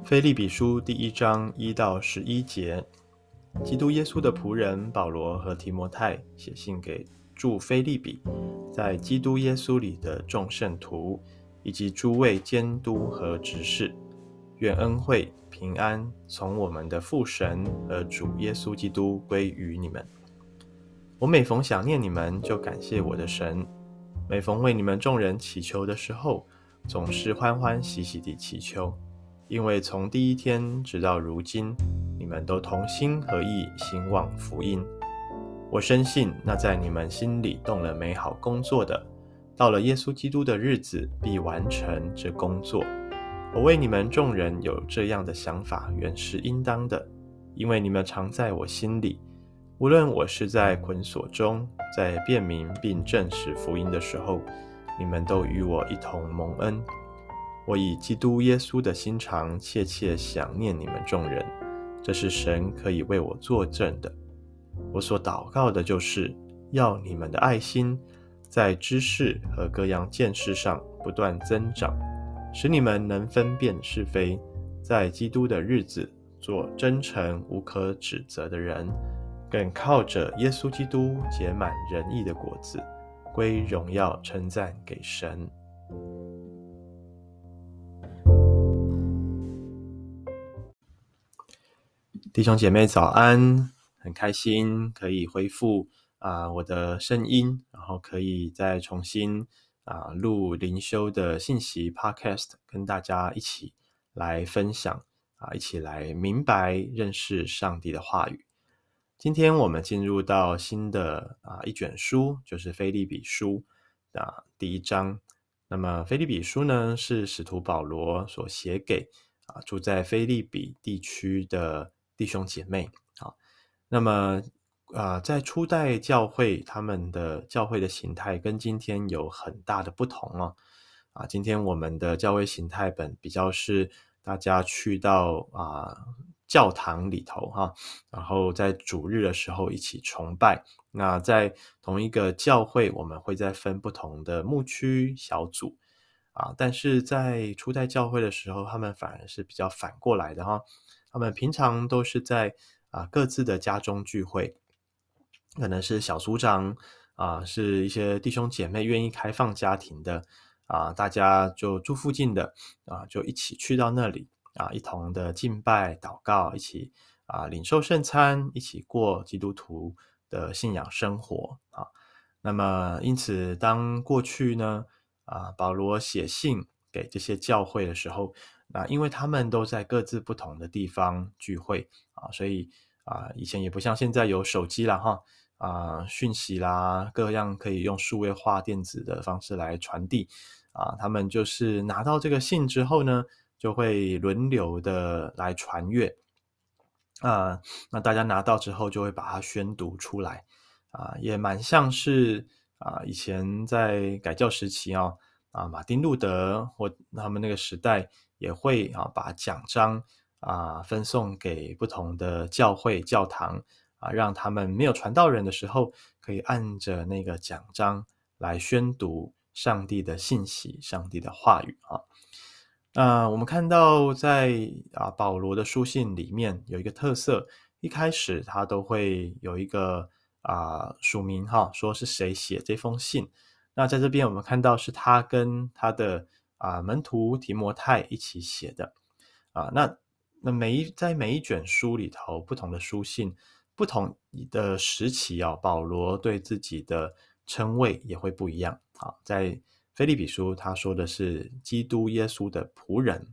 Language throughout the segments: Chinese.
腓立比书第1章1到11节，基督耶稣的仆人保罗和提摩太写信给住腓立比，在基督耶稣里的众圣徒，以及诸位监督和执事，愿恩惠平安从我们的父神和主耶稣基督归于你们。我每逢想念你们，就感谢我的神；每逢为你们众人祈求的时候，总是欢欢喜喜地祈求，因为从第一天直到如今，你们都同心合意兴旺福音。我深信那在你们心里动了美好工作的，到了耶稣基督的日子，必完成这工作。我为你们众人有这样的想法，原是应当的，因为你们常在我心里。无论我是在捆锁中，在辨明并证实福音的时候，你们都与我一同蒙恩。我以基督耶稣的心肠切切想念你们众人，这是神可以为我作证的。我所祷告的就是要你们的爱心在知识和各样见识上不断增长，使你们能分辨是非，在基督的日子做真诚无可指责的人，更靠着耶稣基督结满仁义的果子，归荣耀称赞给神。弟兄姐妹早安，很开心可以恢复我的声音，然后可以再重新录灵修的信息 podcast， 跟大家一起来分享一起来明白认识上帝的话语。今天我们进入到新的一卷书，就是腓立比书第1章。那么腓立比书呢，是使徒保罗所写给住在腓立比地区的弟兄姐妹。那么在初代教会，他们的教会的形态跟今天有很大的不同今天我们的教会形态比较是大家去到教堂里头然后在主日的时候一起崇拜。那在同一个教会，我们会再分不同的牧区小组但是在初代教会的时候，他们反而是比较反过来的他们平常都是在各自的家中聚会，可能是小组长是一些弟兄姐妹愿意开放家庭的大家就住附近的就一起去到那里一同的敬拜祷告，一起领受圣餐，一起过基督徒的信仰生活那么因此当过去呢保罗写信给这些教会的时候，因为他们都在各自不同的地方聚会所以以前也不像现在有手机啦讯息啦，各样可以用数位化电子的方式来传递他们就是拿到这个信之后呢，就会轮流的来传阅那大家拿到之后就会把它宣读出来也蛮像是以前在改教时期马丁路德或他们那个时代也会把奖章分送给不同的教会教堂让他们没有传道人的时候，可以按着那个奖章来宣读上帝的信息，上帝的话语我们看到在保罗的书信里面有一个特色，一开始他都会有一个署名说是谁写这封信。那在这边我们看到是他跟他的门徒提摩太一起写的那在每一卷书里头，不同的书信，不同的时期保罗对自己的称谓也会不一样在腓立比书他说的是基督耶稣的仆人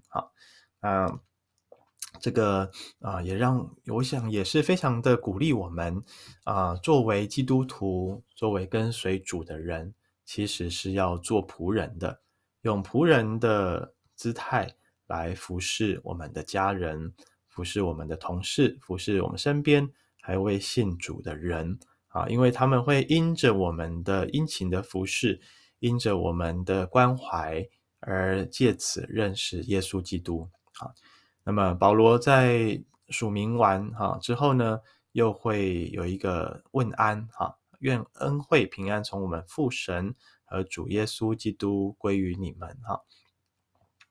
这个也让我想也是非常的鼓励我们作为基督徒，作为跟随主的人，其实是要做仆人的，用仆人的姿态来服侍我们的家人，服侍我们的同事，服侍我们身边还未信主的人因为他们会因着我们的殷勤的服侍，因着我们的关怀而借此认识耶稣基督那么保罗在署名完之后呢，又会有一个问安愿恩惠平安从我们父神和主耶稣基督归于你们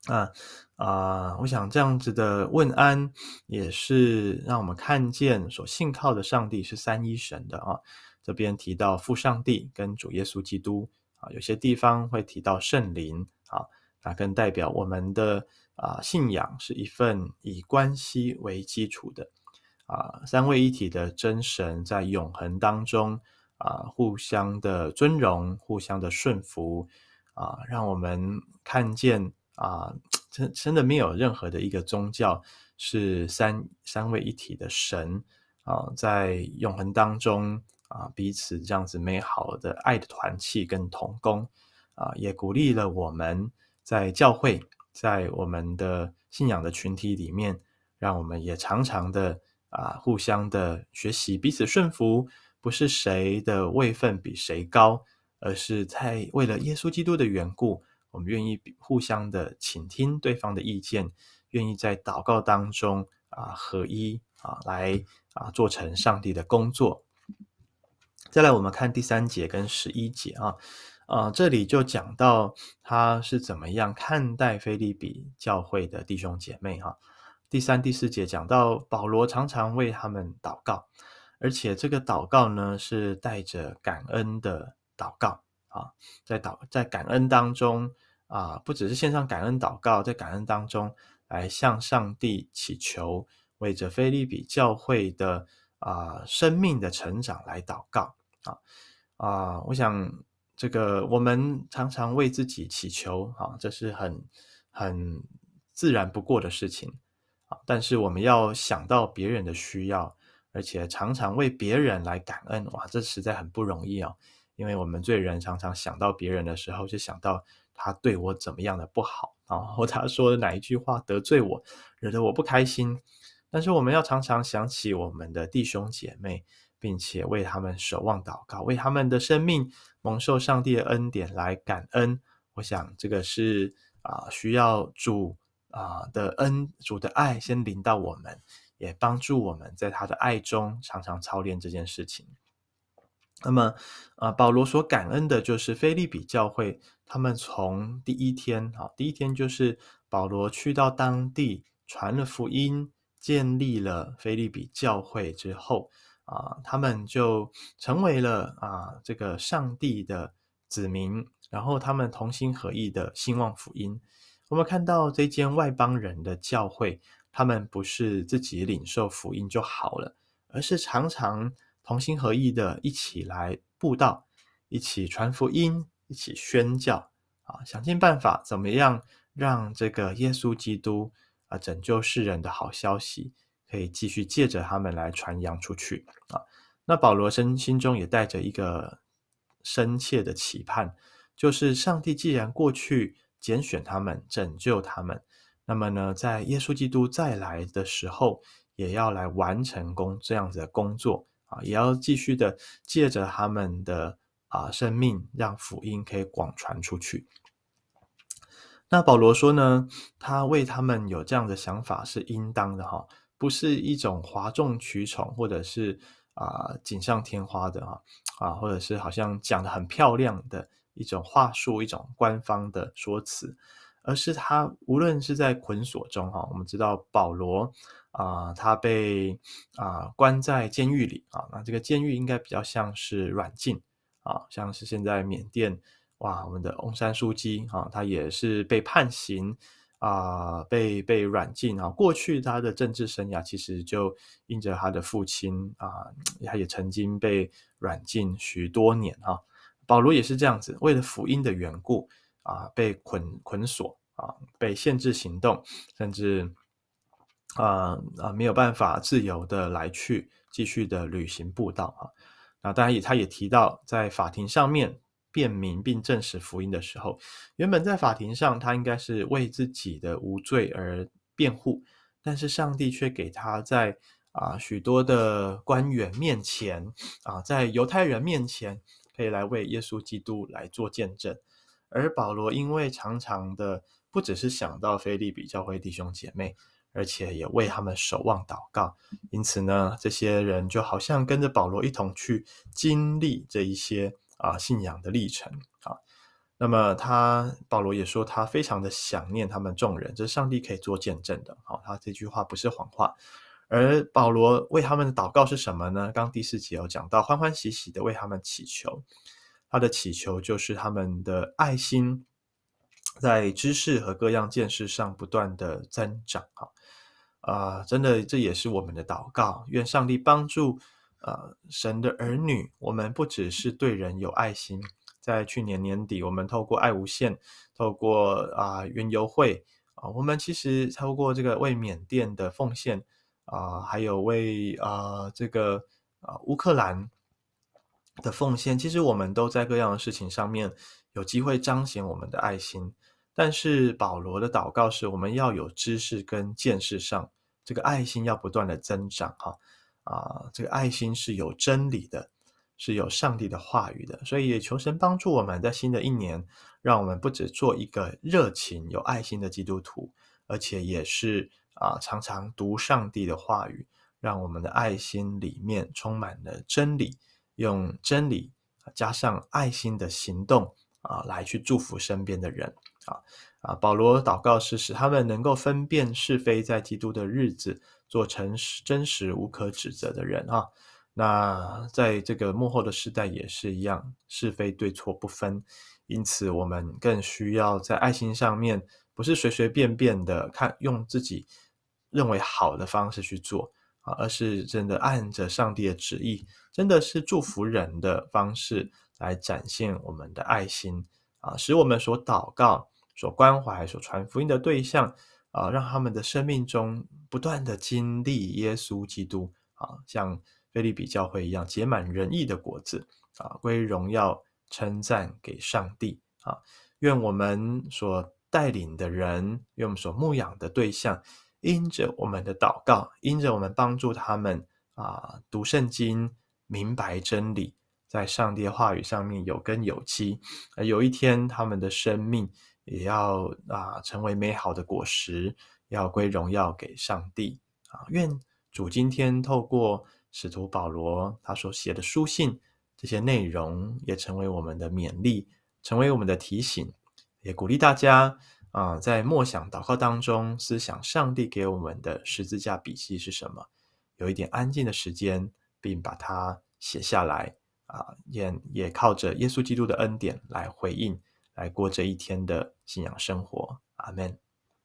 我想这样子的问安，也是让我们看见所信靠的上帝是三一神的啊。这边提到父上帝跟主耶稣基督啊，有些地方会提到圣灵啊，那更代表我们的信仰是一份以关系为基础的三位一体的真神在永恒当中互相的尊荣，互相的顺服让我们看见真的没有任何的一个宗教是三位一体的神在永恒当中彼此这样子美好的爱的团契跟同工也鼓励了我们在教会，在我们的信仰的群体里面，让我们也常常的互相的学习，彼此顺服，不是谁的位分比谁高，而是在为了耶稣基督的缘故，我们愿意互相的倾听对方的意见，愿意在祷告当中合一来做成上帝的工作。再来我们看第3节跟11节这里就讲到他是怎么样看待腓立比教会的弟兄姐妹第3、第4节讲到保罗常常为他们祷告，而且这个祷告呢是带着感恩的祷告在感恩当中不只是献上感恩祷告，在感恩当中来向上帝祈求，为着腓立比教会的生命的成长来祷告我想这个我们常常为自己祈求这是很自然不过的事情但是我们要想到别人的需要，而且常常为别人来感恩这实在很不容易因为我们罪人常常想到别人的时候，就想到他对我怎么样的不好或他说的哪一句话得罪我，惹得我不开心。但是我们要常常想起我们的弟兄姐妹，并且为他们守望祷告，为他们的生命蒙受上帝的恩典来感恩。我想这个是需要主的恩，主的爱先临到我们，也帮助我们在他的爱中常常操练这件事情。那么保罗所感恩的就是腓立比教会，他们从第一天就是保罗去到当地传了福音，建立了腓立比教会之后他们就成为了这个上帝的子民，然后他们同心合意的兴旺福音。我们看到这间外邦人的教会，他们不是自己领受福音就好了，而是常常同心合意的一起来布道，一起传福音，一起宣教想尽办法怎么样让这个耶稣基督拯救世人的好消息可以继续借着他们来传扬出去那保罗心中也带着一个深切的期盼，就是上帝既然过去拣选他们，拯救他们，那么呢，在耶稣基督再来的时候，也要来完成这样子的工作也要继续的借着他们的生命，让福音可以广传出去。那保罗说呢，他为他们有这样的想法是应当的不是一种哗众取宠，或者是锦上添花的或者是好像讲得很漂亮的一种话术，一种官方的说辞，而是他无论是在捆锁中我们知道保罗他被关在监狱里那这个监狱应该比较像是软禁像是现在缅甸我们的翁山书记他也是被判刑被软禁过去他的政治生涯其实就因着他的父亲他也曾经被软禁许多年保罗也是这样子，为了福音的缘故被捆锁被限制行动，甚至没有办法自由的来去继续的旅行布道那当然他也提到在法庭上面辩明并证实福音的时候，原本在法庭上他应该是为自己的无罪而辩护，但是上帝却给他在许多的官员面前在犹太人面前可以来为耶稣基督来做见证。而保罗因为常常的不只是想到腓立比教会弟兄姐妹，而且也为他们守望祷告，因此呢，这些人就好像跟着保罗一同去经历这一些信仰的历程那么保罗也说他非常的想念他们众人，这是上帝可以做见证的。他这句话不是谎话。而保罗为他们的祷告是什么呢？刚第4节有讲到，欢欢喜喜的为他们祈求。他的祈求就是他们的爱心在知识和各样见识上不断的增长。真的这也是我们的祷告，愿上帝帮助神的儿女，我们不只是对人有爱心。在去年年底，我们透过爱无限，透过园游会我们其实透过这个为缅甸的奉献还有为这个乌克兰的奉献，其实我们都在各样的事情上面有机会彰显我们的爱心。但是保罗的祷告是我们要有知识跟见识上，这个爱心要不断的增长这个爱心是有真理的，是有上帝的话语的。所以也求神帮助我们在新的一年，让我们不只做一个热情有爱心的基督徒，而且也是常常读上帝的话语，让我们的爱心里面充满了真理，用真理加上爱心的行动来去祝福身边的人保罗祷告是使他们能够分辨是非，在基督的日子做诚实真实无可指责的人那在这个末后的时代也是一样，是非对错不分。因此我们更需要在爱心上面不是随随便便的用自己认为好的方式去做而是真的按着上帝的旨意，真的是祝福人的方式来展现我们的爱心使我们所祷告、所关怀、所传福音的对象让他们的生命中不断的经历耶稣基督像腓立比教会一样结满仁义的果子归荣耀称赞给上帝愿我们所带领的人，愿我们所牧养的对象，因着我们的祷告，因着我们帮助他们读圣经，明白真理，在上帝的话语上面有根有基，而有一天他们的生命也要成为美好的果实，要归荣耀给上帝愿主今天透过使徒保罗他所写的书信，这些内容也成为我们的勉励，成为我们的提醒，也鼓励大家在默想祷告当中思想上帝给我们的十字架笔记是什么，有一点安静的时间，并把它写下来也靠着耶稣基督的恩典来回应，来过这一天的信仰生活。阿们。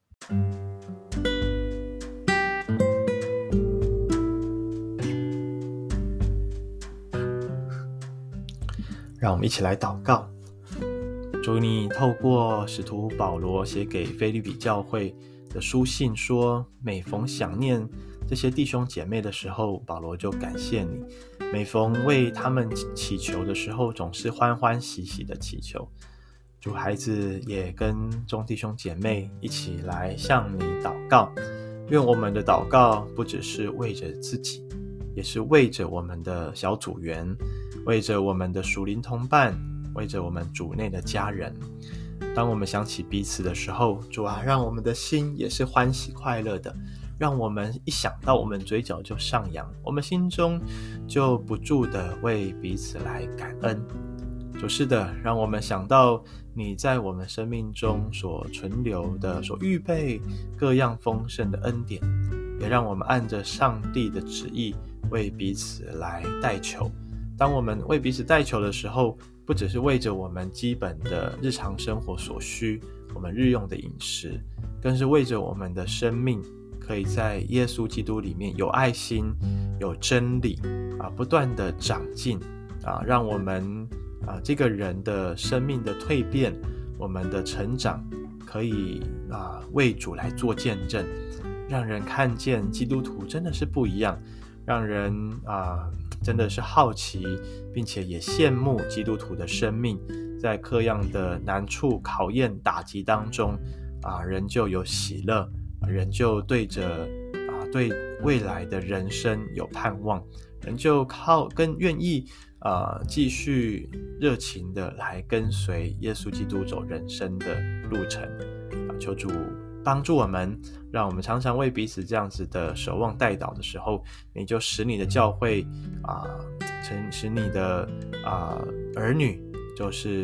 让我们一起来祷告。主，你透过使徒保罗写给腓立比教会的书信说，每逢想念这些弟兄姐妹的时候，保罗就感谢你，每逢为他们祈求的时候，总是欢欢喜喜的祈求。主，孩子也跟众弟兄姐妹一起来向你祷告，愿我们的祷告不只是为着自己，也是为着我们的小组员，为着我们的属灵同伴，为着我们主内的家人。当我们想起彼此的时候，主让我们的心也是欢喜快乐的，让我们一想到我们嘴角就上扬，我们心中就不住的为彼此来感恩。主，是的，让我们想到你在我们生命中所存留的，所预备各样丰盛的恩典，也让我们按着上帝的旨意为彼此来代求。当我们为彼此代求的时候，不只是为着我们基本的日常生活所需，我们日用的饮食，更是为着我们的生命可以在耶稣基督里面有爱心、有真理不断的长进让我们这个人的生命的蜕变，我们的成长可以为主来做见证，让人看见基督徒真的是不一样，让人真的是好奇，并且也羡慕基督徒的生命，在各样的难处、考验、打击当中人就有喜乐，人就对着对未来的人生有盼望，人就更愿意继续热情的来跟随耶稣基督走人生的路程求主帮助我们，让我们常常为彼此这样子的守望代祷的时候，你就使你的教会使你的儿女就是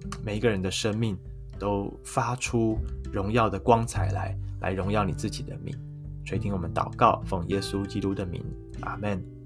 每一个人的生命都发出荣耀的光彩来荣耀你自己的名。垂听我们祷告，奉耶稣基督的名，阿们。